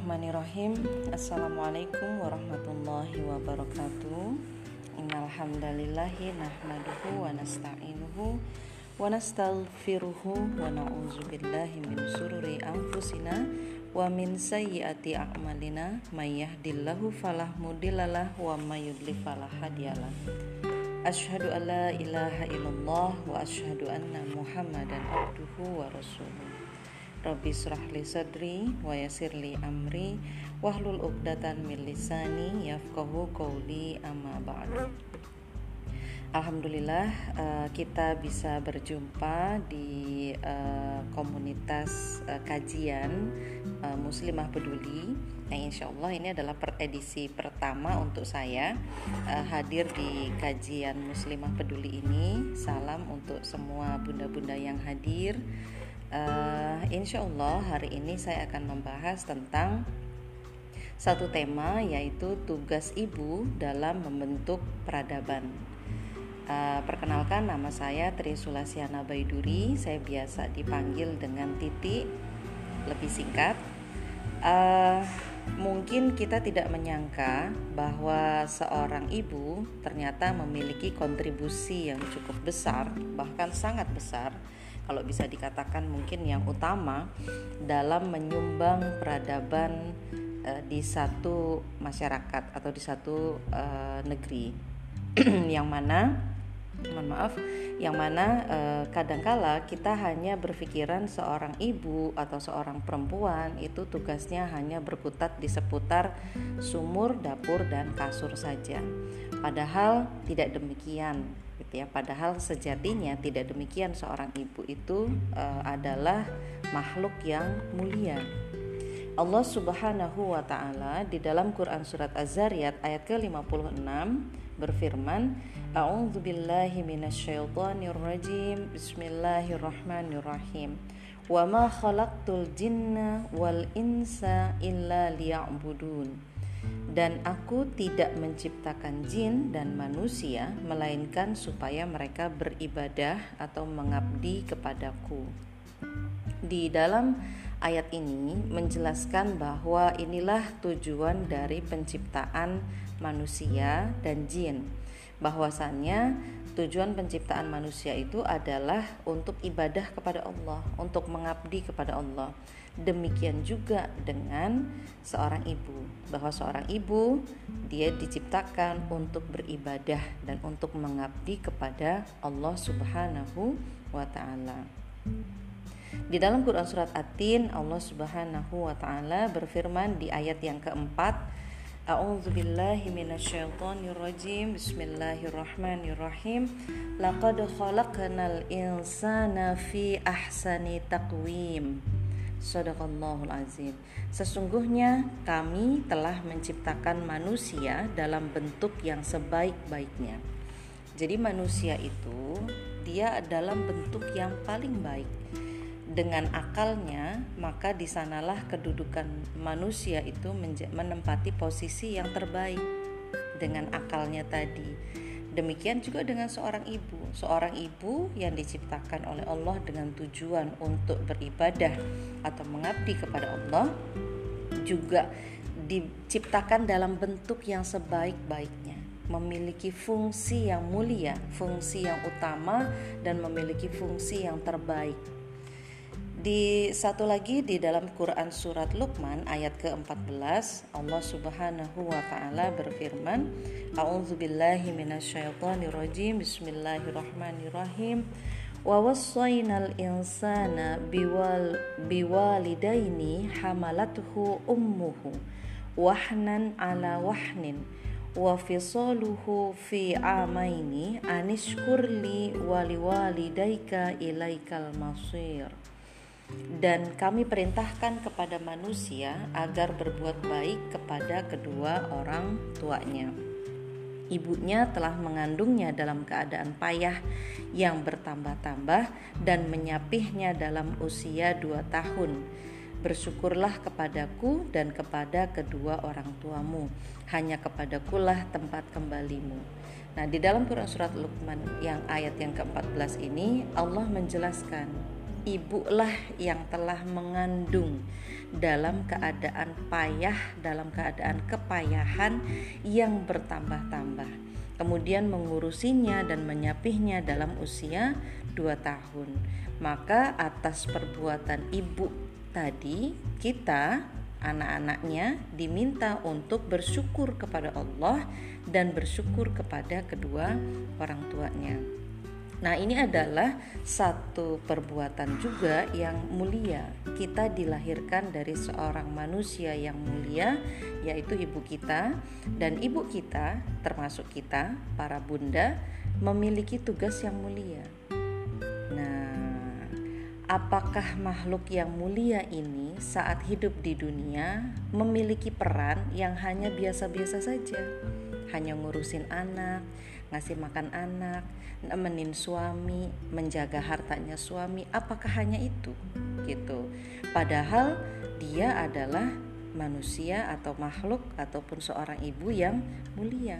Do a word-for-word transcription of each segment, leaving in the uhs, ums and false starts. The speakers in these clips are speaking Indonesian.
Bismillahirrahmanirrahim. Assalamualaikum warahmatullahi wabarakatuh. Innal hamdalillahi nahmaduhu wa nasta'inuhu wa nastaghfiruhu wa na'udzubillahi min syururi anfusina wa min sayyiati a'malina may yahdihillahu falah mudhillalah wa may yudlil falah hadiyalah. Asyhadu an la ilaha illallah wa asyhadu anna Muhammadan abduhu wa rasuluh. Rabbi shrahli sadri wa yassirli amri wahlul 'uqdatam min lisani yafqahu qawli amma ba'du. Alhamdulillah uh, kita bisa berjumpa di uh, komunitas uh, kajian uh, Muslimah Peduli. Nah, insya Allah ini adalah per edisi pertama untuk saya uh, hadir di kajian Muslimah Peduli ini. Salam untuk semua bunda-bunda yang hadir. Uh, insya Allah hari ini saya akan membahas tentang satu tema, yaitu tugas ibu dalam membentuk peradaban. Uh, perkenalkan, nama saya Tri Sulasiana Baiduri. Saya biasa dipanggil dengan Titi, lebih singkat. Uh, mungkin kita tidak menyangka bahwa seorang ibu ternyata memiliki kontribusi yang cukup besar, bahkan sangat besar, kalau bisa dikatakan mungkin yang utama dalam menyumbang peradaban uh, di satu masyarakat atau di satu uh, negeri yang mana mohon maaf yang mana uh, kadangkala kita hanya berpikiran seorang ibu atau seorang perempuan itu tugasnya hanya berkutat di seputar sumur, dapur, dan kasur saja. Padahal tidak demikian. Gitu ya. Padahal sejatinya tidak demikian. Seorang ibu itu uh, adalah makhluk yang mulia. Allah Subhanahu wa ta'ala di dalam Quran surat Az-Zariyat ayat ke lima puluh enam berfirman, A'udzubillahi minasyaitonirrajim, Bismillahirrahmanirrahim, wa ma khalaqtul jinna wal insa illa liya'budun. Dan aku tidak menciptakan jin dan manusia melainkan supaya mereka beribadah atau mengabdi kepadaku. Di dalam ayat ini menjelaskan bahwa inilah tujuan dari penciptaan manusia dan jin. Bahwasannya tujuan penciptaan manusia itu adalah untuk ibadah kepada Allah, untuk mengabdi kepada Allah. Demikian juga dengan seorang ibu, bahwa seorang ibu dia diciptakan untuk beribadah dan untuk mengabdi kepada Allah Subhanahu wa ta'ala. Di dalam Quran surat At-Tin, Allah Subhanahu wa ta'ala berfirman di ayat yang keempat, A'udzubillahi minasyaitonirrajim, Bismillahirrahmanirrahim, laqad khalaqnal insana fi ahsani taqwim. Shadaqallahul azim. Sesungguhnya kami telah menciptakan manusia dalam bentuk yang sebaik-baiknya. Jadi manusia itu dia dalam bentuk yang paling baik. Dengan akalnya, maka di sanalah kedudukan manusia itu menja- menempati posisi yang terbaik dengan akalnya tadi. Demikian juga dengan seorang ibu. Seorang ibu yang diciptakan oleh Allah dengan tujuan untuk beribadah atau mengabdi kepada Allah juga diciptakan dalam bentuk yang sebaik-baiknya, memiliki fungsi yang mulia, fungsi yang utama, dan memiliki fungsi yang terbaik. Di satu lagi di dalam Quran surat Luqman ayat ke empat belas, Allah Subhanahu wa ta'ala berfirman, A'udzubillahi minasyaitonirrajim, Bismillahirrahmanirrahim, wa wassaynal insana biwal biwalidaini hamalathu ummuhu wahnan ala wahnin wa fisaluhu fi amaini anishkurli waliwalidayka ilaikal masir. Dan kami perintahkan kepada manusia agar berbuat baik kepada kedua orang tuanya. Ibunya telah mengandungnya dalam keadaan payah yang bertambah-tambah dan menyapihnya dalam usia dua tahun. Bersyukurlah kepadaku dan kepada kedua orang tuamu. Hanya kepadakulah tempat kembalimu. Nah, di dalam Quran surat Luqman yang ayat yang keempat belas ini Allah menjelaskan ibulah yang telah mengandung dalam keadaan payah, dalam keadaan kepayahan yang bertambah-tambah, kemudian mengurusinya dan menyapihnya dalam usia dua tahun. Maka atas perbuatan ibu tadi, kita anak-anaknya diminta untuk bersyukur kepada Allah dan bersyukur kepada kedua orang tuanya. Nah, ini adalah satu perbuatan juga yang mulia. Kita dilahirkan dari seorang manusia yang mulia, yaitu ibu kita, dan ibu kita termasuk kita, para bunda, memiliki tugas yang mulia. Nah, apakah makhluk yang mulia ini saat hidup di dunia memiliki peran yang hanya biasa-biasa saja? Hanya ngurusin anak, ngasih makan anak, nemenin suami, menjaga hartanya suami, apakah hanya itu? Gitu. Padahal dia adalah manusia atau makhluk ataupun seorang ibu yang mulia.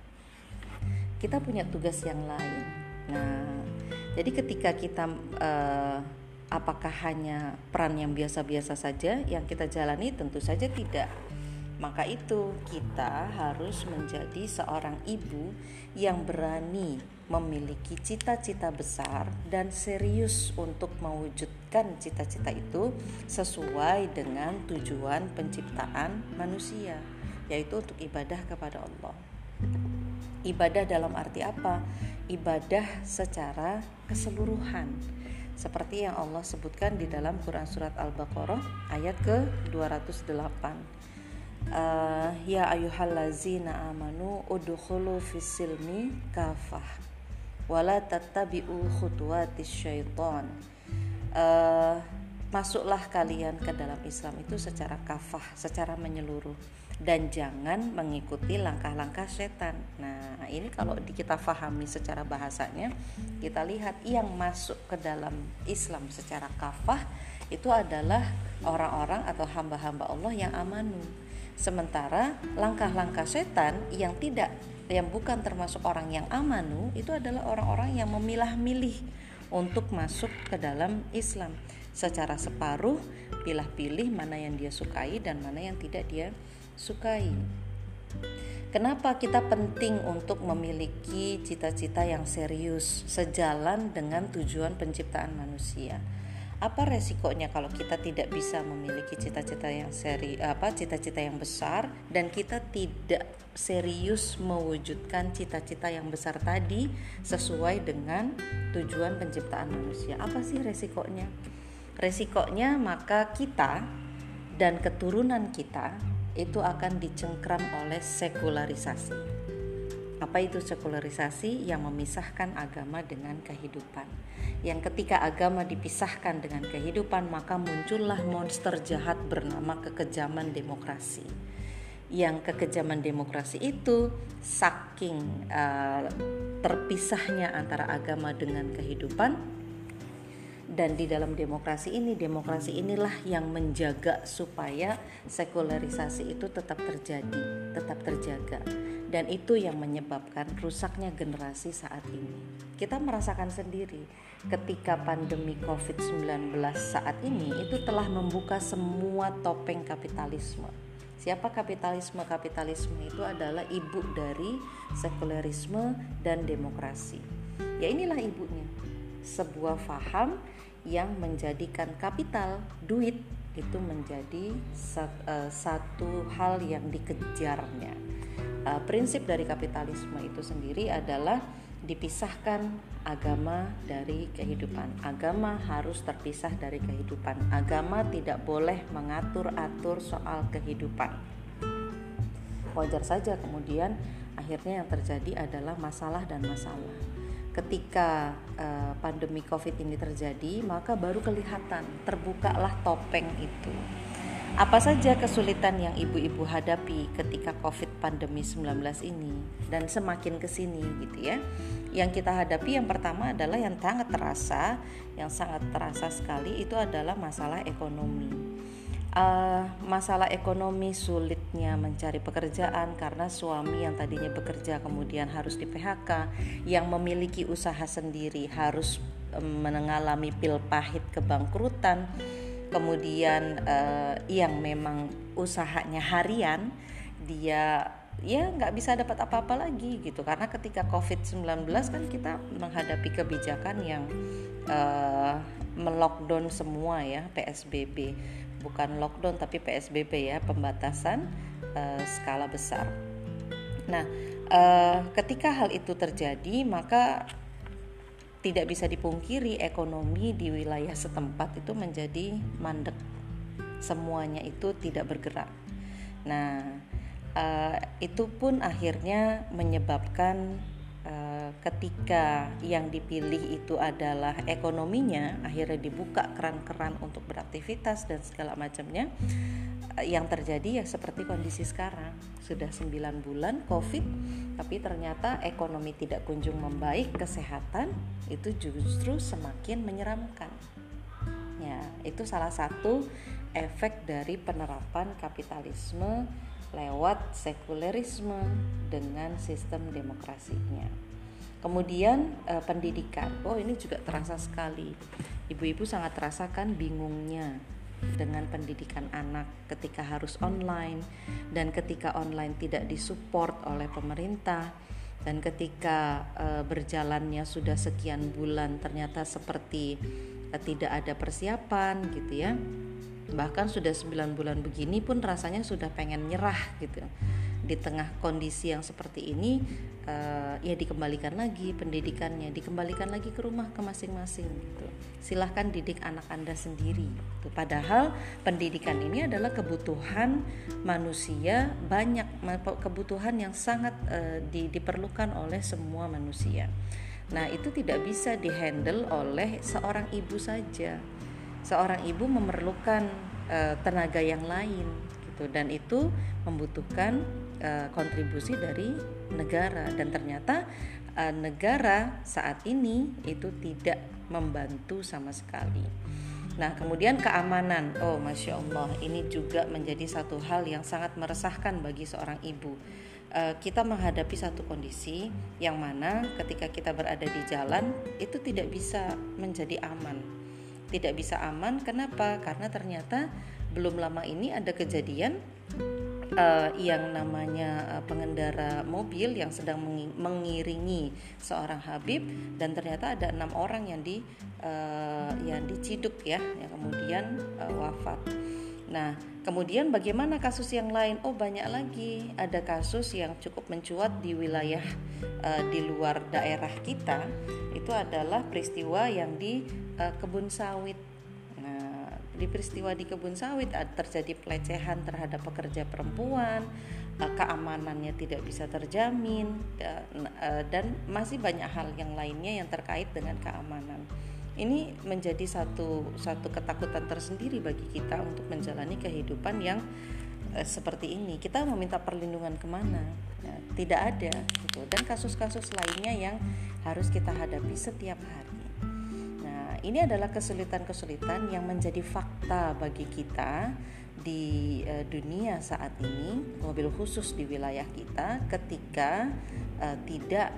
Kita punya tugas yang lain. Nah, jadi ketika kita uh, apakah hanya peran yang biasa-biasa saja yang kita jalani? Tentu saja tidak. Maka itu kita harus menjadi seorang ibu yang berani memiliki cita-cita besar dan serius untuk mewujudkan cita-cita itu sesuai dengan tujuan penciptaan manusia, yaitu untuk ibadah kepada Allah. Ibadah dalam arti apa? Ibadah secara keseluruhan, seperti yang Allah sebutkan di dalam Quran Surat Al-Baqarah ayat ke dua ratus delapan. Uh, ya ayyuhallazina amanu udkhulu fis-silmi kafah wala tattabi'u khutuwatis syaitan. Uh, masuklah kalian ke dalam Islam itu secara kafah, secara menyeluruh, dan jangan mengikuti langkah-langkah setan. Nah, ini kalau kita fahami secara bahasanya, kita lihat yang masuk ke dalam Islam secara kafah itu adalah orang-orang atau hamba-hamba Allah yang amanu. Sementara langkah-langkah setan yang tidak, yang bukan termasuk orang yang amanu, itu adalah orang-orang yang memilah-milih untuk masuk ke dalam Islam secara separuh, pilih-pilih mana yang dia sukai dan mana yang tidak dia sukai. Kenapa kita penting untuk memiliki cita-cita yang serius sejalan dengan tujuan penciptaan manusia? Apa resikonya kalau kita tidak bisa memiliki cita-cita yang seri, apa cita-cita yang besar, dan kita tidak serius mewujudkan cita-cita yang besar tadi sesuai dengan tujuan penciptaan manusia? Apa sih resikonya? Resikonya maka kita dan keturunan kita itu akan dicengkram oleh sekularisasi. Apa itu sekularisasi? Yang memisahkan agama dengan kehidupan. Yang ketika agama dipisahkan dengan kehidupan, maka muncullah monster jahat bernama kekejaman demokrasi. Yang kekejaman demokrasi itu saking uh, terpisahnya antara agama dengan kehidupan. Dan di dalam demokrasi ini, demokrasi inilah yang menjaga supaya sekularisasi itu tetap terjadi, tetap terjaga. Dan itu yang menyebabkan rusaknya generasi saat ini. Kita merasakan sendiri ketika pandemi covid sembilan belas saat ini itu telah membuka semua topeng kapitalisme. Siapa kapitalisme? Kapitalisme itu adalah ibu dari sekularisme dan demokrasi. Ya, inilah ibunya. Sebuah faham yang menjadikan kapital, duit itu menjadi satu hal yang dikejarnya. Prinsip dari kapitalisme itu sendiri adalah dipisahkan agama dari kehidupan. Agama harus terpisah dari kehidupan. Agama tidak boleh mengatur-atur soal kehidupan. Wajar saja kemudian akhirnya yang terjadi adalah masalah dan masalah. Ketika uh, pandemi Covid ini terjadi, maka baru kelihatan, terbukalah topeng itu. Apa saja kesulitan yang ibu-ibu hadapi ketika Covid pandemi sembilan belas ini dan semakin kesini gitu ya. Yang kita hadapi yang pertama adalah yang sangat terasa, yang sangat terasa sekali itu adalah masalah ekonomi. Uh, masalah ekonomi, sulitnya mencari pekerjaan karena suami yang tadinya bekerja kemudian harus di P H K, yang memiliki usaha sendiri harus mengalami pil pahit kebangkrutan, kemudian uh, yang memang usahanya harian, dia ya nggak bisa dapat apa-apa lagi gitu, karena ketika covid sembilan belas kan kita menghadapi kebijakan yang uh, melockdown semua ya, P S B B, bukan lockdown tapi P S B B ya, pembatasan uh, skala besar. Nah uh, ketika hal itu terjadi, maka tidak bisa dipungkiri ekonomi di wilayah setempat itu menjadi mandek, semuanya itu tidak bergerak. Nah Uh, itu pun akhirnya menyebabkan uh, ketika yang dipilih itu adalah ekonominya, akhirnya dibuka keran-keran untuk beraktivitas dan segala macamnya. Uh, yang terjadi ya seperti kondisi sekarang, sudah sembilan bulan COVID, tapi ternyata ekonomi tidak kunjung membaik, kesehatan itu justru semakin menyeramkan. Ya, itu salah satu efek dari penerapan kapitalisme lewat sekulerisme dengan sistem demokrasinya. Kemudian eh, pendidikan, oh ini juga terasa sekali. Ibu-ibu sangat terasakan bingungnya dengan pendidikan anak ketika harus online, dan ketika online tidak disupport oleh pemerintah, dan ketika eh, berjalannya sudah sekian bulan ternyata seperti eh, tidak ada persiapan gitu ya. Bahkan sudah sembilan bulan begini pun rasanya sudah pengen nyerah gitu. Di tengah kondisi yang seperti ini uh, ya dikembalikan lagi pendidikannya, dikembalikan lagi ke rumah, ke masing-masing gitu. Silahkan didik anak Anda sendiri gitu. Padahal pendidikan ini adalah kebutuhan manusia, banyak kebutuhan yang sangat uh, di, diperlukan oleh semua manusia. Nah itu tidak bisa dihandle oleh seorang ibu saja. Seorang ibu memerlukan uh, tenaga yang lain gitu, dan itu membutuhkan uh, kontribusi dari negara, dan ternyata uh, negara saat ini itu tidak membantu sama sekali. Nah kemudian keamanan, oh Masya Allah, ini juga menjadi satu hal yang sangat meresahkan bagi seorang ibu. Uh, kita menghadapi satu kondisi yang mana ketika kita berada di jalan itu tidak bisa menjadi aman. Tidak bisa aman, kenapa? Karena ternyata belum lama ini ada kejadian uh, yang namanya uh, pengendara mobil yang sedang mengiringi seorang Habib, dan ternyata ada enam orang yang di uh, yang diciduk ya, yang kemudian uh, wafat. Nah, kemudian bagaimana kasus yang lain? Oh, banyak lagi. Ada kasus yang cukup mencuat di wilayah uh, di luar daerah kita. Itu adalah peristiwa yang di uh, kebun sawit. Nah, di peristiwa di kebun sawit terjadi pelecehan terhadap pekerja perempuan, uh, keamanannya tidak bisa terjamin, dan, uh, dan masih banyak hal yang lainnya yang terkait dengan keamanan. Ini menjadi satu satu ketakutan tersendiri bagi kita untuk menjalani kehidupan yang eh, seperti ini. Kita meminta perlindungan kemana? Nah, tidak ada gitu. Dan kasus-kasus lainnya yang harus kita hadapi setiap hari. Nah, ini adalah kesulitan-kesulitan yang menjadi fakta bagi kita di eh, dunia saat ini, mobil khusus di wilayah kita, ketika eh, tidak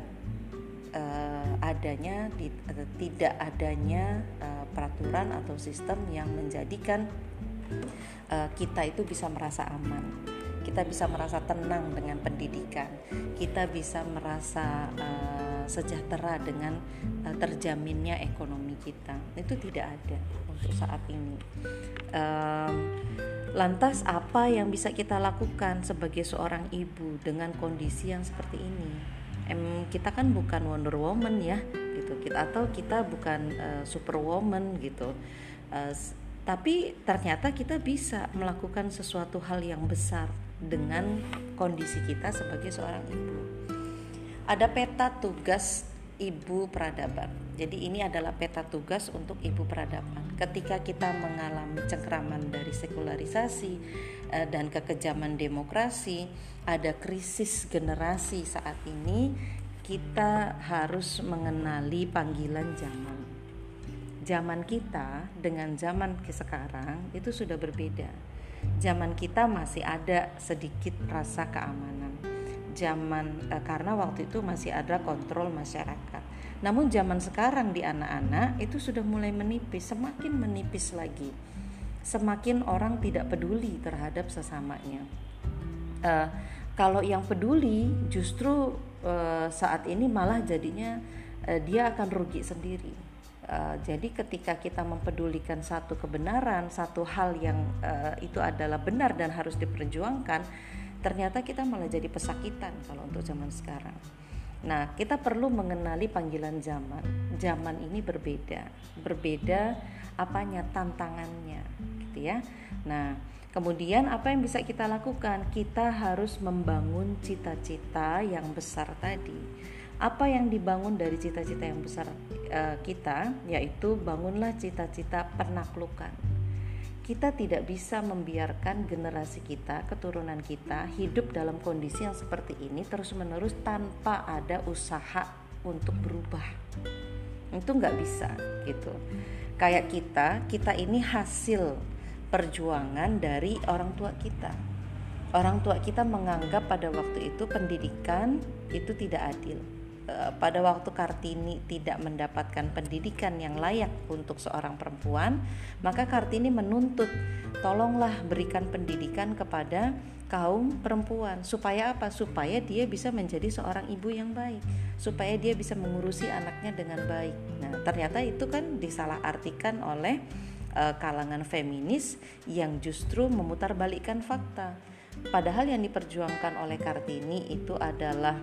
Uh, adanya di, uh, tidak adanya uh, peraturan atau sistem yang menjadikan uh, kita itu bisa merasa aman, kita bisa merasa tenang dengan pendidikan, kita bisa merasa uh, sejahtera dengan uh, terjaminnya ekonomi kita. Itu tidak ada untuk saat ini. Um, lantas apa yang bisa kita lakukan sebagai seorang ibu dengan kondisi yang seperti ini? Em, kita kan bukan Wonder Woman ya gitu, kita atau kita bukan uh, Superwoman gitu, uh, tapi ternyata kita bisa melakukan sesuatu hal yang besar dengan kondisi kita sebagai seorang ibu. Ada peta tugas ibu peradaban. Jadi ini adalah peta tugas untuk ibu peradaban. Ketika kita mengalami cengkraman dari sekularisasi uh, dan kekejaman demokrasi, ada krisis generasi saat ini, kita harus mengenali panggilan zaman. Zaman kita dengan zaman sekarang itu sudah berbeda. Zaman kita masih ada sedikit rasa keamanan. Zaman eh, karena waktu itu masih ada kontrol masyarakat. Namun zaman sekarang di anak-anak itu sudah mulai menipis, semakin menipis lagi. Semakin orang tidak peduli terhadap sesamanya. Uh, kalau yang peduli justru uh, saat ini malah jadinya uh, dia akan rugi sendiri. Uh, jadi ketika kita mempedulikan satu kebenaran, satu hal yang uh, itu adalah benar dan harus diperjuangkan, ternyata kita malah jadi pesakitan kalau untuk zaman sekarang. Nah, kita perlu mengenali panggilan zaman. Zaman ini berbeda, berbeda apanya, tantangannya, gitu ya. Nah, kemudian apa yang bisa kita lakukan? Kita harus membangun cita-cita yang besar tadi. Apa yang dibangun dari cita-cita yang besar uh, kita, yaitu bangunlah cita-cita penaklukan. Kita tidak bisa membiarkan generasi kita, keturunan kita hidup dalam kondisi yang seperti ini terus-menerus tanpa ada usaha untuk berubah. Itu nggak bisa gitu. Kayak kita, kita ini hasil perjuangan dari orang tua kita. Orang tua kita menganggap pada waktu itu pendidikan itu tidak adil. Pada waktu Kartini tidak mendapatkan pendidikan yang layak untuk seorang perempuan, maka Kartini menuntut, tolonglah berikan pendidikan kepada kaum perempuan. Supaya apa? Supaya dia bisa menjadi seorang ibu yang baik, supaya dia bisa mengurusi anaknya dengan baik. Nah, ternyata itu kan disalahartikan oleh uh, kalangan feminis yang justru memutarbalikkan fakta. Padahal yang diperjuangkan oleh Kartini itu adalah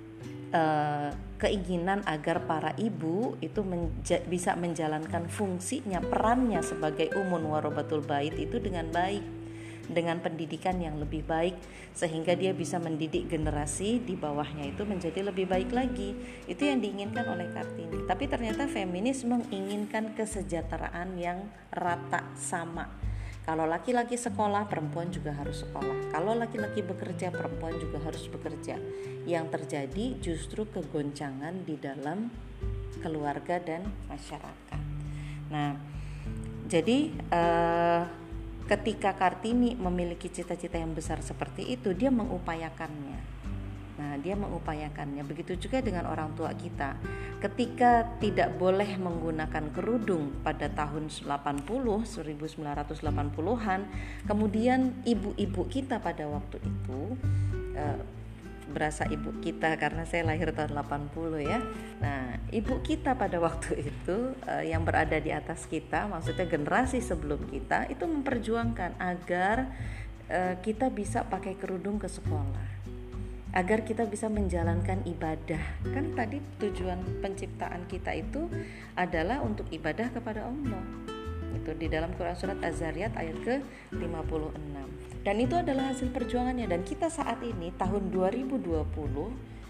Uh, keinginan agar para ibu itu menja- bisa menjalankan fungsinya, perannya sebagai umun warobatul bait itu dengan baik, dengan pendidikan yang lebih baik, sehingga dia bisa mendidik generasi di bawahnya itu menjadi lebih baik lagi. Itu yang diinginkan oleh Kartini. Tapi ternyata feminis menginginkan kesejahteraan yang rata, sama. Kalau laki-laki sekolah, perempuan juga harus sekolah. Kalau laki-laki bekerja, perempuan juga harus bekerja. Yang terjadi justru kegoncangan di dalam keluarga dan masyarakat. Nah, jadi eh, ketika Kartini memiliki cita-cita yang besar seperti itu, dia mengupayakannya. Nah, dia mengupayakannya. Begitu juga dengan orang tua kita. Ketika tidak boleh menggunakan kerudung pada tahun delapan puluh, seribu sembilan ratus delapan puluhan, kemudian ibu-ibu kita pada waktu itu, eh, berasa ibu kita karena saya lahir tahun delapan puluh ya. Nah, ibu kita pada waktu itu eh, yang berada di atas kita, maksudnya generasi sebelum kita, itu memperjuangkan agar eh, kita bisa pakai kerudung ke sekolah, agar kita bisa menjalankan ibadah. Kan tadi tujuan penciptaan kita itu adalah untuk ibadah kepada Allah. Itu di dalam Quran surat Az-Zariyat ayat ke lima puluh enam. Dan itu adalah hasil perjuangannya. Dan kita saat ini tahun dua ribu dua puluh,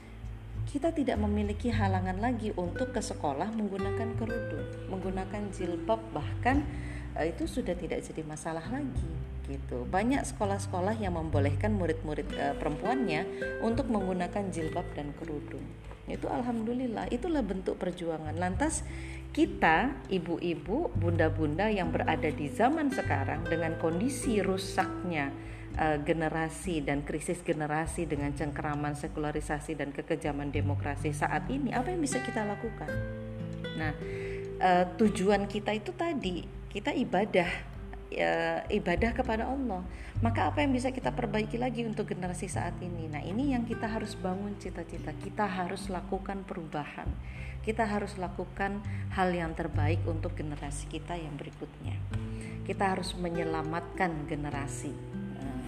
kita tidak memiliki halangan lagi untuk ke sekolah menggunakan kerudung, menggunakan jilbab, bahkan itu sudah tidak jadi masalah lagi gitu. Banyak sekolah-sekolah yang membolehkan murid-murid e, perempuannya untuk menggunakan jilbab dan kerudung. Itu alhamdulillah, itulah bentuk perjuangan. Lantas kita ibu-ibu, bunda-bunda yang berada di zaman sekarang dengan kondisi rusaknya e, generasi dan krisis generasi dengan cengkeraman sekularisasi dan kekejaman demokrasi saat ini, apa yang bisa kita lakukan? Nah, e, tujuan kita itu tadi, kita ibadah, ya, ibadah kepada Allah. Maka apa yang bisa kita perbaiki lagi untuk generasi saat ini? Nah, ini yang kita harus bangun cita-cita. Kita harus lakukan perubahan. Kita harus lakukan hal yang terbaik untuk generasi kita yang berikutnya. Kita harus menyelamatkan generasi. Nah,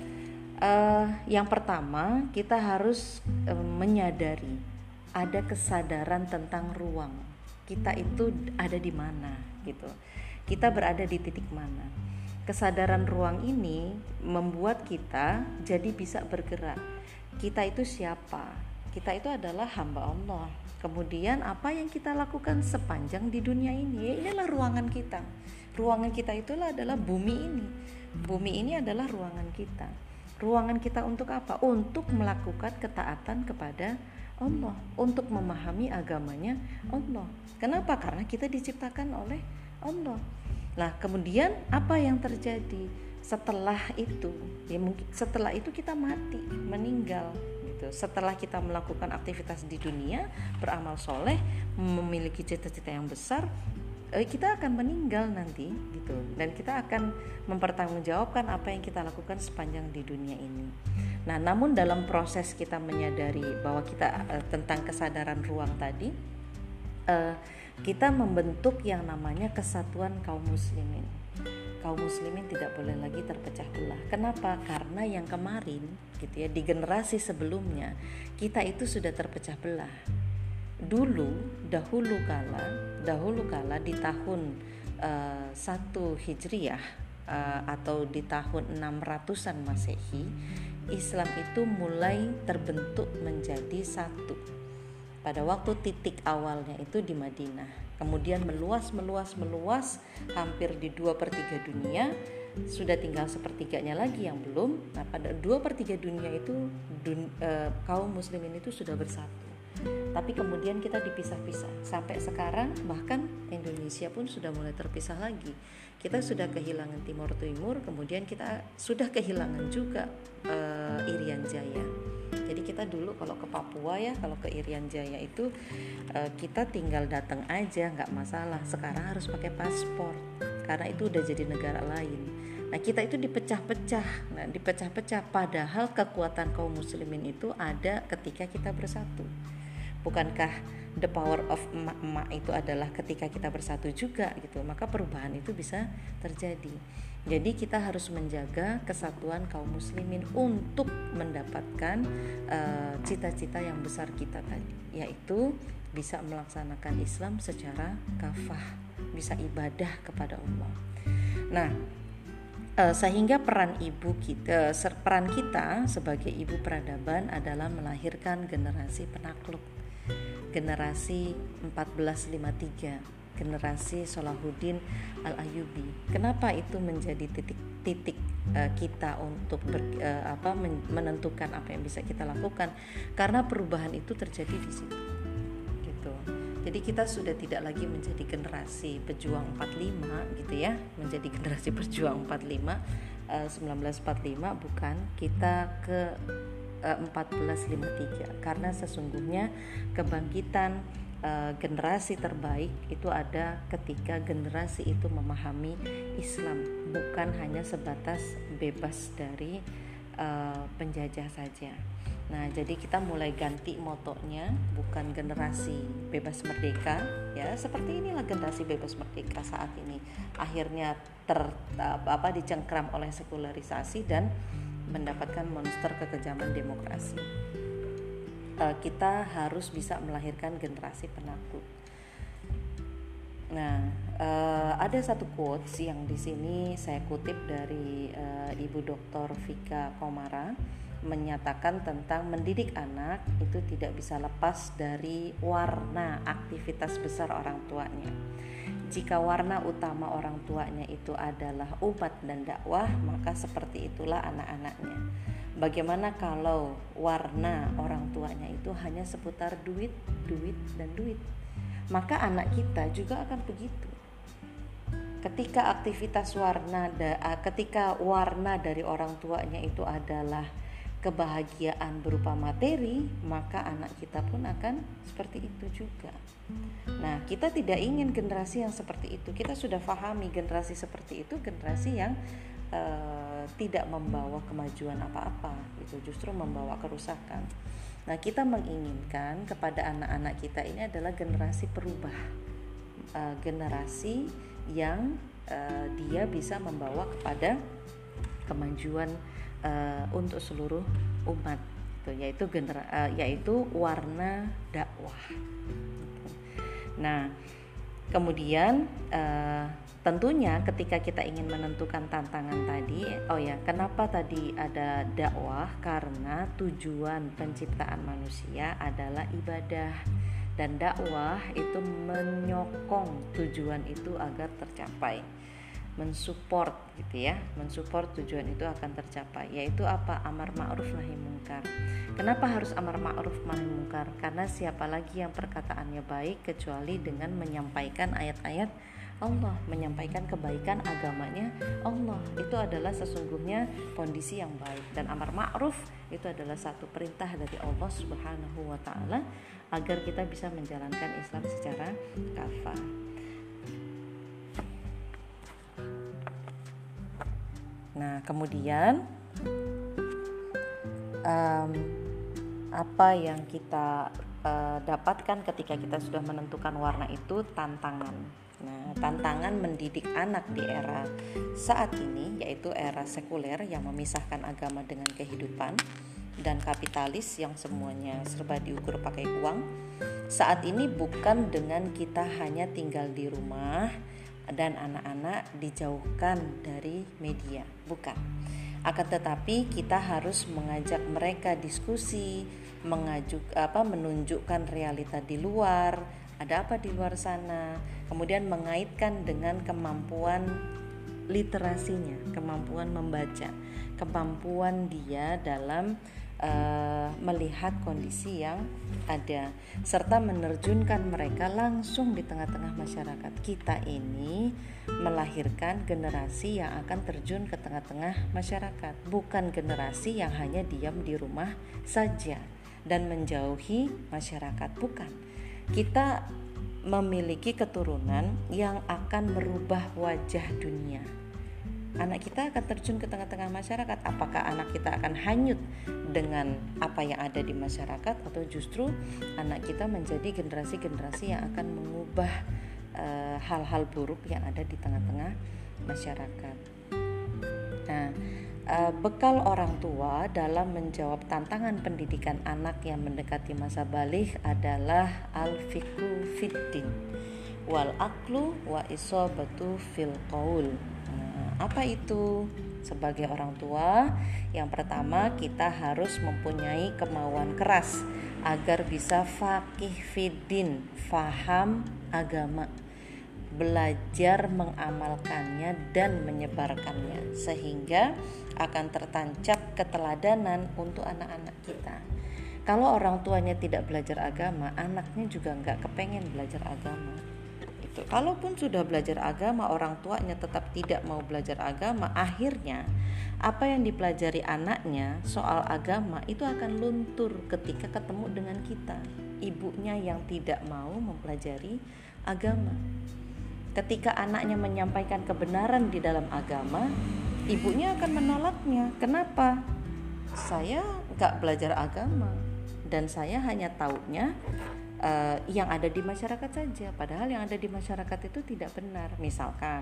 uh, yang pertama, kita harus uh, menyadari ada kesadaran tentang ruang. Kita itu ada di mana, gitu. Kita berada di titik mana. Kesadaran ruang ini membuat kita jadi bisa bergerak. Kita itu siapa? Kita itu adalah hamba Allah. Kemudian apa yang kita lakukan sepanjang di dunia ini? Ya, inilah ruangan kita. Ruangan kita itulah adalah bumi ini. Bumi ini adalah ruangan kita. Ruangan kita untuk apa? Untuk melakukan ketaatan kepada Allah, untuk memahami agamanya Allah. Kenapa? Karena kita diciptakan oleh Allah. Nah, kemudian apa yang terjadi setelah itu? Ya mungkin setelah itu kita mati, meninggal. gitu. Setelah kita melakukan aktivitas di dunia, beramal soleh, memiliki cita-cita yang besar, kita akan meninggal nanti gitu, dan kita akan mempertanggungjawabkan apa yang kita lakukan sepanjang di dunia ini. Nah, namun dalam proses kita menyadari bahwa kita uh, tentang kesadaran ruang tadi, uh, kita membentuk yang namanya kesatuan kaum muslimin. Kaum muslimin tidak boleh lagi terpecah belah. Kenapa? Karena yang kemarin gitu ya, di generasi sebelumnya kita itu sudah terpecah belah. Dulu dahulu kala dahulu kala di tahun uh, satu Hijriyah uh, atau di tahun enam ratusan Masehi, Islam itu mulai terbentuk menjadi satu. Pada waktu titik awalnya itu di Madinah, kemudian meluas meluas meluas hampir di dua per tiga dunia. Sudah tinggal sepertiganya lagi yang belum. Nah, pada dua per tiga dunia itu dun, uh, kaum muslimin itu sudah bersatu. Tapi kemudian kita dipisah-pisah. Sampai sekarang bahkan Indonesia pun sudah mulai terpisah lagi. Kita sudah kehilangan Timur Timur, kemudian kita sudah kehilangan juga uh, Irian Jaya. Jadi kita dulu kalau ke Papua ya, kalau ke Irian Jaya itu uh, kita tinggal datang aja, nggak masalah. Sekarang harus pakai paspor karena itu udah jadi negara lain. Nah, kita itu dipecah-pecah. Nah, dipecah-pecah padahal kekuatan kaum muslimin itu ada ketika kita bersatu. Bukankah the power of emak-emak itu adalah ketika kita bersatu juga gitu, maka perubahan itu bisa terjadi. Jadi kita harus menjaga kesatuan kaum muslimin untuk mendapatkan uh, cita-cita yang besar kita tadi, yaitu bisa melaksanakan Islam secara kafah, bisa ibadah kepada Allah. Nah, uh, sehingga peran ibu kita, peran kita sebagai ibu peradaban adalah melahirkan generasi penakluk. Generasi empat belas lima puluh tiga, generasi Salahuddin Al-Ayyubi. Kenapa itu menjadi titik-titik uh, kita untuk ber, uh, apa, menentukan apa yang bisa kita lakukan? Karena perubahan itu terjadi di situ. Gitu. Jadi kita sudah tidak lagi menjadi generasi pejuang empat puluh lima gitu ya, menjadi generasi pejuang empat puluh lima uh, seribu sembilan ratus empat puluh lima, bukan, kita ke empat belas lima puluh tiga, karena sesungguhnya kebangkitan uh, generasi terbaik itu ada ketika generasi itu memahami Islam, bukan hanya sebatas bebas dari uh, penjajah saja. Nah, jadi kita mulai ganti motonya, bukan generasi bebas merdeka ya, seperti inilah generasi bebas merdeka saat ini akhirnya ter apa dicengkram oleh sekularisasi dan mendapatkan monster kekejaman demokrasi. Uh, kita harus bisa melahirkan generasi penakluk. Nah, uh, ada satu quotes yang di sini saya kutip dari uh, Ibu Doktor Vika Komara, menyatakan tentang mendidik anak itu tidak bisa lepas dari warna aktivitas besar orang tuanya. Jika warna utama orang tuanya itu adalah umat dan dakwah, maka seperti itulah anak-anaknya. Bagaimana kalau warna orang tuanya itu hanya seputar duit, duit, dan duit? Maka anak kita juga akan begitu. Ketika aktivitas warna, ketika warna dari orang tuanya itu adalah kebahagiaan berupa materi, maka anak kita pun akan seperti itu juga. Nah, kita tidak ingin generasi yang seperti itu. Kita sudah pahami generasi seperti itu generasi yang uh, tidak membawa kemajuan apa-apa, itu justru membawa kerusakan. Nah, kita menginginkan kepada anak-anak kita ini adalah generasi perubah, uh, generasi yang uh, dia bisa membawa kepada kemajuan Uh, untuk seluruh umat, gitu, yaitu genera- uh, yaitu warna dakwah. Nah, kemudian uh, tentunya ketika kita ingin menentukan tantangan tadi, oh ya, kenapa tadi ada dakwah? Karena tujuan penciptaan manusia adalah ibadah, dan dakwah itu menyokong tujuan itu agar tercapai, mensupport gitu ya, mensupport tujuan itu akan tercapai, yaitu apa? Amar ma'ruf nahi mungkar. Kenapa harus amar ma'ruf nahi mungkar? Karena siapa lagi yang perkataannya baik kecuali dengan menyampaikan ayat-ayat Allah, menyampaikan kebaikan agamanya Allah. Itu adalah sesungguhnya kondisi yang baik. Dan amar ma'ruf itu adalah satu perintah dari Allah Subhanahu wa taala agar kita bisa menjalankan Islam secara kafah. Nah, kemudian um, apa yang kita uh, dapatkan ketika kita sudah menentukan warna itu? Tantangan. Nah, tantangan mendidik anak di era saat ini, yaitu era sekuler yang memisahkan agama dengan kehidupan, dan kapitalis yang semuanya serba diukur pakai uang. Saat ini bukan dengan kita hanya tinggal di rumah dan anak-anak dijauhkan dari media, bukan. Akan tetapi kita harus mengajak mereka diskusi, mengajuk apa menunjukkan realita di luar, ada apa di luar sana, kemudian mengaitkan dengan kemampuan literasinya, kemampuan membaca, kemampuan dia dalam uh, melihat kondisi yang ada, serta menerjunkan mereka langsung di tengah-tengah masyarakat. Kita ini melahirkan generasi yang akan terjun ke tengah-tengah masyarakat, bukan generasi yang hanya diam di rumah saja dan menjauhi masyarakat, bukan. Kita memiliki keturunan yang akan merubah wajah dunia. Anak kita akan terjun ke tengah-tengah masyarakat. Apakah anak kita akan hanyut dengan apa yang ada di masyarakat, atau justru anak kita menjadi generasi-generasi yang akan mengubah uh, hal-hal buruk yang ada di tengah-tengah masyarakat. Nah, uh, bekal orang tua dalam menjawab tantangan pendidikan anak yang mendekati masa baligh adalah al-fiqhu fiddin wal aqlu wa isobatu fil qaul. Apa itu? Sebagai orang tua, yang pertama kita harus mempunyai kemauan keras agar bisa faqih fiddin, faham agama, belajar mengamalkannya dan menyebarkannya, sehingga akan tertancap keteladanan untuk anak-anak kita. Kalau orang tuanya tidak belajar agama, anaknya juga nggak kepengen belajar agama. Kalaupun sudah belajar agama, orang tuanya tetap tidak mau belajar agama, akhirnya apa yang dipelajari anaknya soal agama itu akan luntur ketika ketemu dengan kita, ibunya yang tidak mau mempelajari agama. Ketika anaknya menyampaikan kebenaran di dalam agama, ibunya akan menolaknya. Kenapa? Saya gak belajar agama dan saya hanya taunya Uh, yang ada di masyarakat saja, padahal yang ada di masyarakat itu tidak benar. Misalkan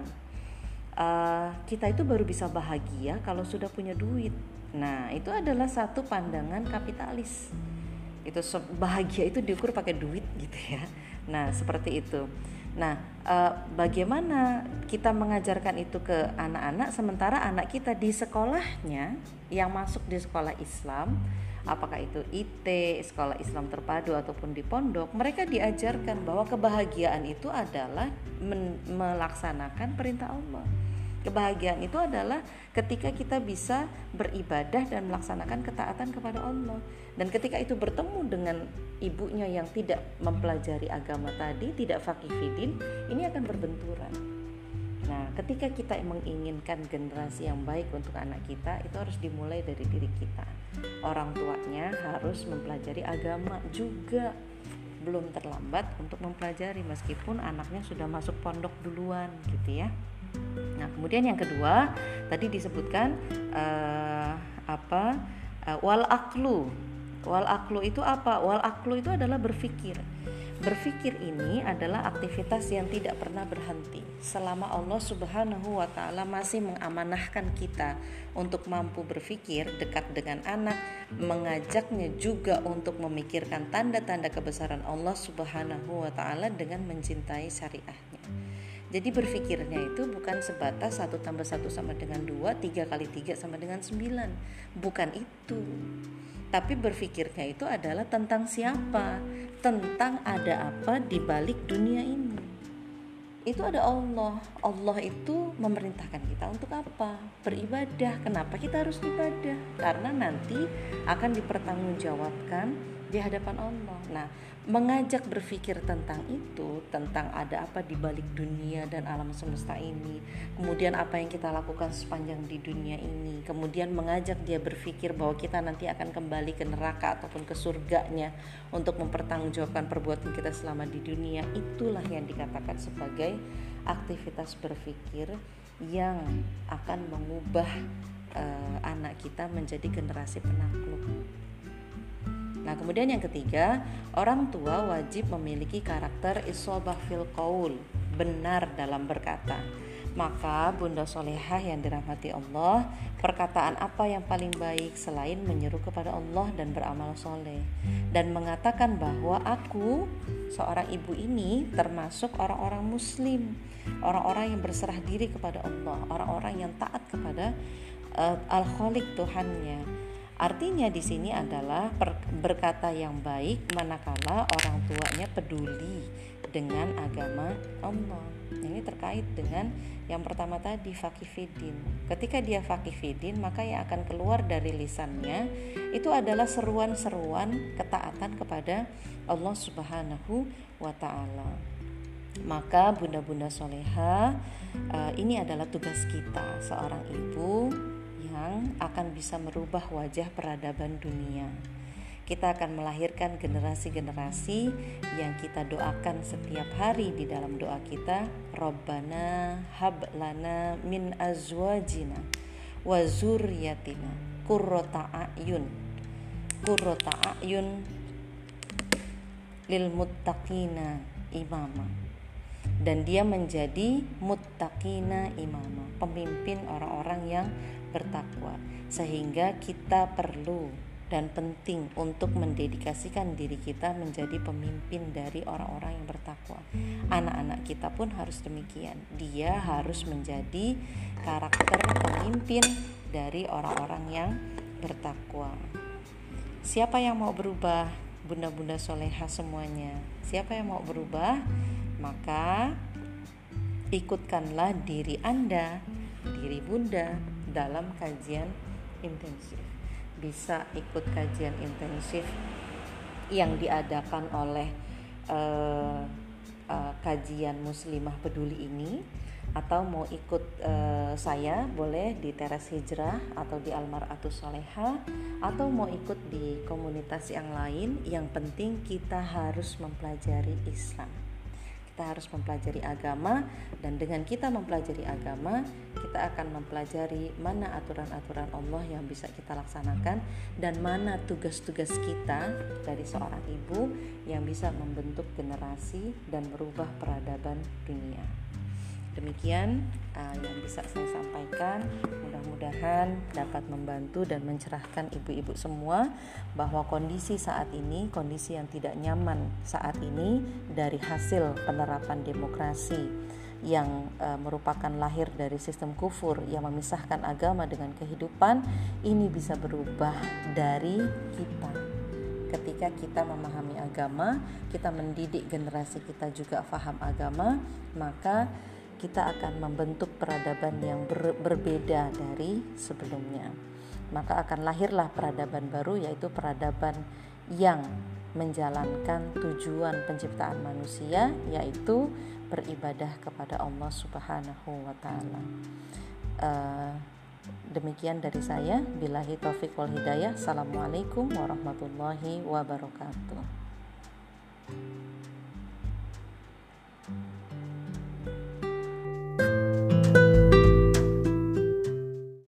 uh, kita itu baru bisa bahagia kalau sudah punya duit. Nah, itu adalah satu pandangan kapitalis. Itu bahagia itu diukur pakai duit gitu ya. Nah, seperti itu. Nah, uh, bagaimana kita mengajarkan itu ke anak-anak sementara anak kita di sekolahnya yang masuk di sekolah Islam, apakah itu I T, sekolah Islam terpadu ataupun di pondok, mereka diajarkan bahwa kebahagiaan itu adalah men- melaksanakan perintah Allah. Kebahagiaan itu adalah ketika kita bisa beribadah dan melaksanakan ketaatan kepada Allah. Dan ketika itu bertemu dengan ibunya yang tidak mempelajari agama tadi, tidak faqih fiddin, ini akan berbenturan. Nah, ketika kita menginginkan generasi yang baik untuk anak kita, itu harus dimulai dari diri kita. Orang tuanya harus mempelajari agama juga. Belum terlambat untuk mempelajari meskipun anaknya sudah masuk pondok duluan gitu ya. Nah, kemudian yang kedua tadi disebutkan uh, apa uh, wal aqlu. Wal aqlu itu apa? Wal aqlu itu adalah berpikir. Berpikir ini adalah aktivitas yang tidak pernah berhenti selama Allah Subhanahu wa taala masih mengamanahkan kita untuk mampu berpikir dekat dengan anak, mengajaknya juga untuk memikirkan tanda-tanda kebesaran Allah Subhanahu wa taala dengan mencintai syariahnya. Jadi berpikirnya itu bukan sebatas satu tambah satu sama dengan dua, tiga kali tiga sama dengan sembilan. Bukan itu. Tapi berpikirnya itu adalah tentang siapa, tentang ada apa di balik dunia ini. Itu ada Allah. Allah itu memerintahkan kita untuk apa? Beribadah. Kenapa kita harus ibadah? Karena nanti akan dipertanggungjawabkan di hadapan Allah. Nah, mengajak berpikir tentang itu, tentang ada apa di balik dunia dan alam semesta ini, kemudian apa yang kita lakukan sepanjang di dunia ini, kemudian mengajak dia berpikir bahwa kita nanti akan kembali ke neraka ataupun ke surganya untuk mempertanggungjawabkan perbuatan kita selama di dunia. Itulah yang dikatakan sebagai aktivitas berpikir yang akan mengubah uh, anak kita menjadi generasi penakluk. Nah, kemudian yang ketiga, orang tua wajib memiliki karakter isobah fil qaul, benar dalam berkata. Maka Bunda Solehah yang dirahmati Allah, perkataan apa yang paling baik selain menyeru kepada Allah dan beramal soleh, dan mengatakan bahwa aku seorang ibu ini termasuk orang-orang muslim, orang-orang yang berserah diri kepada Allah, orang-orang yang taat kepada uh, Al-Khaliq Tuhannya. Artinya di sini adalah per, berkata yang baik manakala orang tuanya peduli dengan agama Allah. Ini terkait dengan yang pertama tadi, faqih fiddin. Ketika dia faqih fiddin, maka yang akan keluar dari lisannya itu adalah seruan-seruan ketaatan kepada Allah Subhanahu wa ta'ala. Maka bunda-bunda soleha, uh, ini adalah tugas kita seorang ibu yang akan bisa merubah wajah peradaban dunia. Kita akan melahirkan generasi-generasi yang kita doakan setiap hari di dalam doa kita, Rabbana hab lana min azwajina wa zurriyatina qurrata a'yun qurrata a'yun lil muttaqina imama. Dan dia menjadi muttaqina imama, pemimpin orang-orang yang bertakwa. Sehingga kita perlu dan penting untuk mendedikasikan diri kita menjadi pemimpin dari orang-orang yang bertakwa. Anak-anak kita pun harus demikian. Dia harus menjadi karakter pemimpin dari orang-orang yang bertakwa. Siapa yang mau berubah? Bunda-bunda soleha semuanya. Siapa yang mau berubah? Maka ikutkanlah diri Anda, diri Bunda dalam kajian intensif. Bisa ikut kajian intensif yang diadakan oleh uh, uh, kajian Muslimah Peduli ini, atau mau ikut uh, saya boleh di Teras Hijrah atau di Almar'atus Soleha, atau mau ikut di komunitas yang lain. Yang penting kita harus mempelajari Islam. Kita harus mempelajari agama, dan dengan kita mempelajari agama, kita akan mempelajari mana aturan-aturan Allah yang bisa kita laksanakan dan mana tugas-tugas kita dari seorang ibu yang bisa membentuk generasi dan merubah peradaban dunia. Demikian uh, yang bisa saya sampaikan. Mudah-mudahan dapat membantu dan mencerahkan ibu-ibu semua bahwa kondisi saat ini, kondisi yang tidak nyaman saat ini dari hasil penerapan demokrasi yang uh, merupakan lahir dari sistem kufur yang memisahkan agama dengan kehidupan, ini bisa berubah dari kita. Ketika kita memahami agama, kita mendidik generasi kita juga faham agama, maka kita akan membentuk peradaban yang ber, berbeda dari sebelumnya. Maka akan lahirlah peradaban baru, yaitu peradaban yang menjalankan tujuan penciptaan manusia, yaitu beribadah kepada Allah Subhanahu wa ta'ala. uh, Demikian dari saya. Billahi taufiq wal hidayah. Assalamualaikum warahmatullahi wabarakatuh.